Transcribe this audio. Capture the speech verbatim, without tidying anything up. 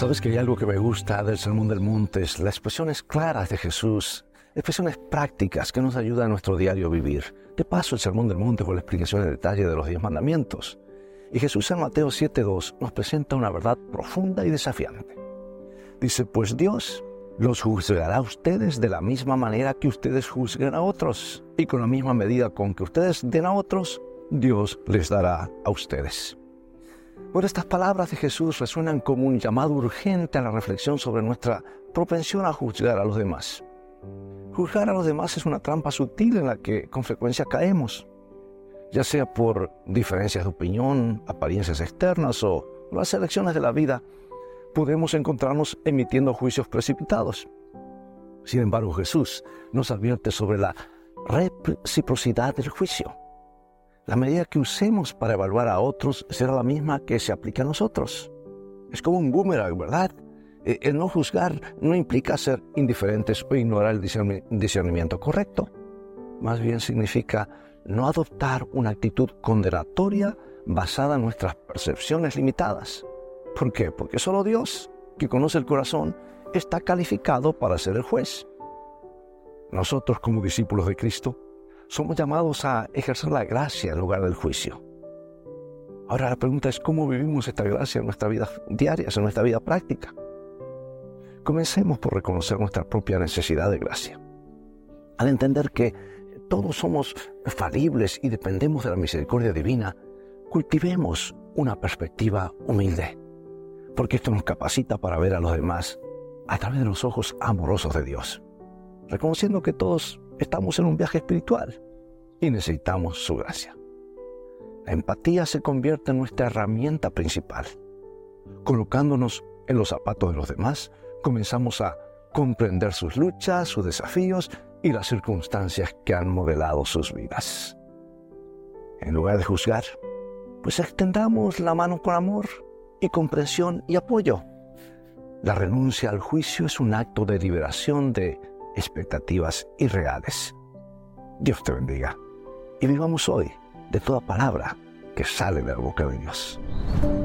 Sabes que hay algo que me gusta del Sermón del Monte, es las expresiones claras de Jesús, expresiones prácticas que nos ayudan a nuestro diario vivir. De paso, el Sermón del Monte fue la explicación en detalle de los diez mandamientos. Y Jesús en Mateo siete dos nos presenta una verdad profunda y desafiante. Dice, pues Dios los juzgará a ustedes de la misma manera que ustedes juzguen a otros, y con la misma medida con que ustedes den a otros, Dios les dará a ustedes. Bueno, estas palabras de Jesús resuenan como un llamado urgente a la reflexión sobre nuestra propensión a juzgar a los demás. Juzgar a los demás es una trampa sutil en la que con frecuencia caemos, ya sea por diferencias de opinión, apariencias externas o las elecciones de la vida. Podemos encontrarnos emitiendo juicios precipitados. Sin embargo, Jesús nos advierte sobre la reciprocidad del juicio. La medida que usemos para evaluar a otros será la misma que se aplica a nosotros. Es como un boomerang, ¿verdad? El no juzgar no implica ser indiferentes o ignorar el discernimiento correcto. Más bien significa no adoptar una actitud condenatoria basada en nuestras percepciones limitadas. ¿Por qué? Porque solo Dios, que conoce el corazón, está calificado para ser el juez. Nosotros, como discípulos de Cristo, somos llamados a ejercer la gracia en lugar del juicio. Ahora la pregunta es cómo vivimos esta gracia en nuestra vida diaria, en nuestra vida práctica. Comencemos por reconocer nuestra propia necesidad de gracia. Al entender que todos somos falibles y dependemos de la misericordia divina, cultivemos una perspectiva humilde, porque esto nos capacita para ver a los demás a través de los ojos amorosos de Dios, reconociendo que todos estamos en un viaje espiritual y necesitamos su gracia. La empatía se convierte en nuestra herramienta principal. Colocándonos en los zapatos de los demás, comenzamos a comprender sus luchas, sus desafíos y las circunstancias que han modelado sus vidas. En lugar de juzgar, pues extendamos la mano con amor y comprensión y apoyo. La renuncia al juicio es un acto de liberación de expectativas irreales. Dios te bendiga y vivamos hoy de toda palabra que sale de la boca de Dios.